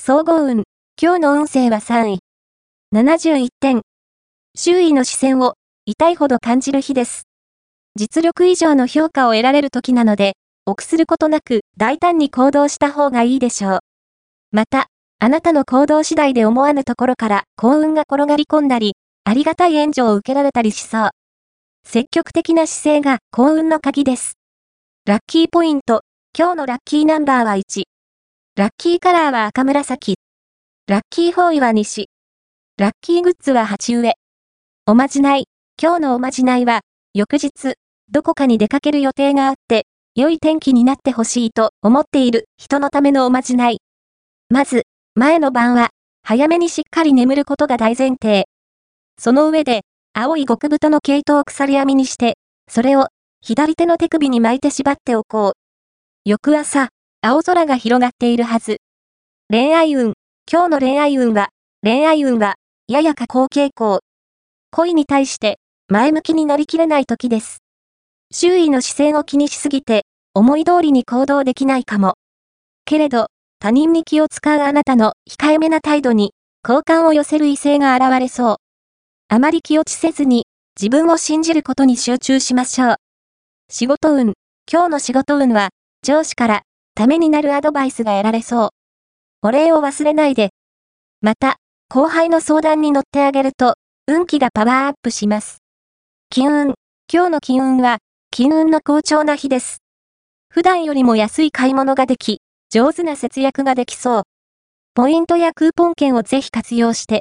総合運。今日の運勢は3位。71点。周囲の視線を痛いほど感じる日です。実力以上の評価を得られる時なので、臆することなく大胆に行動した方がいいでしょう。また、あなたの行動次第で思わぬところから幸運が転がり込んだり、ありがたい援助を受けられたりしそう。積極的な姿勢が幸運の鍵です。ラッキーポイント。今日のラッキーナンバーは1。ラッキーカラーは赤紫。ラッキー方位は西。ラッキーグッズは鉢植え。おまじない。今日のおまじないは、翌日、どこかに出かける予定があって、良い天気になってほしいと思っている人のためのおまじない。まず、前の晩は、早めにしっかり眠ることが大前提。その上で、青い極太の毛糸を鎖編みにして、それを左手の手首に巻いて縛っておこう。翌朝、青空が広がっているはず。恋愛運。今日の恋愛運は、やや下降傾向。恋に対して、前向きになりきれない時です。周囲の視線を気にしすぎて、思い通りに行動できないかも。けれど、他人に気を使うあなたの控えめな態度に、好感を寄せる異性が現れそう。あまり気落ちせずに、自分を信じることに集中しましょう。仕事運。今日の仕事運は、上司から、ためになるアドバイスが得られそう。お礼を忘れないで。また、後輩の相談に乗ってあげると、運気がパワーアップします。金運。今日の金運は、金運の好調な日です。普段よりも安い買い物ができ、上手な節約ができそう。ポイントやクーポン券をぜひ活用して、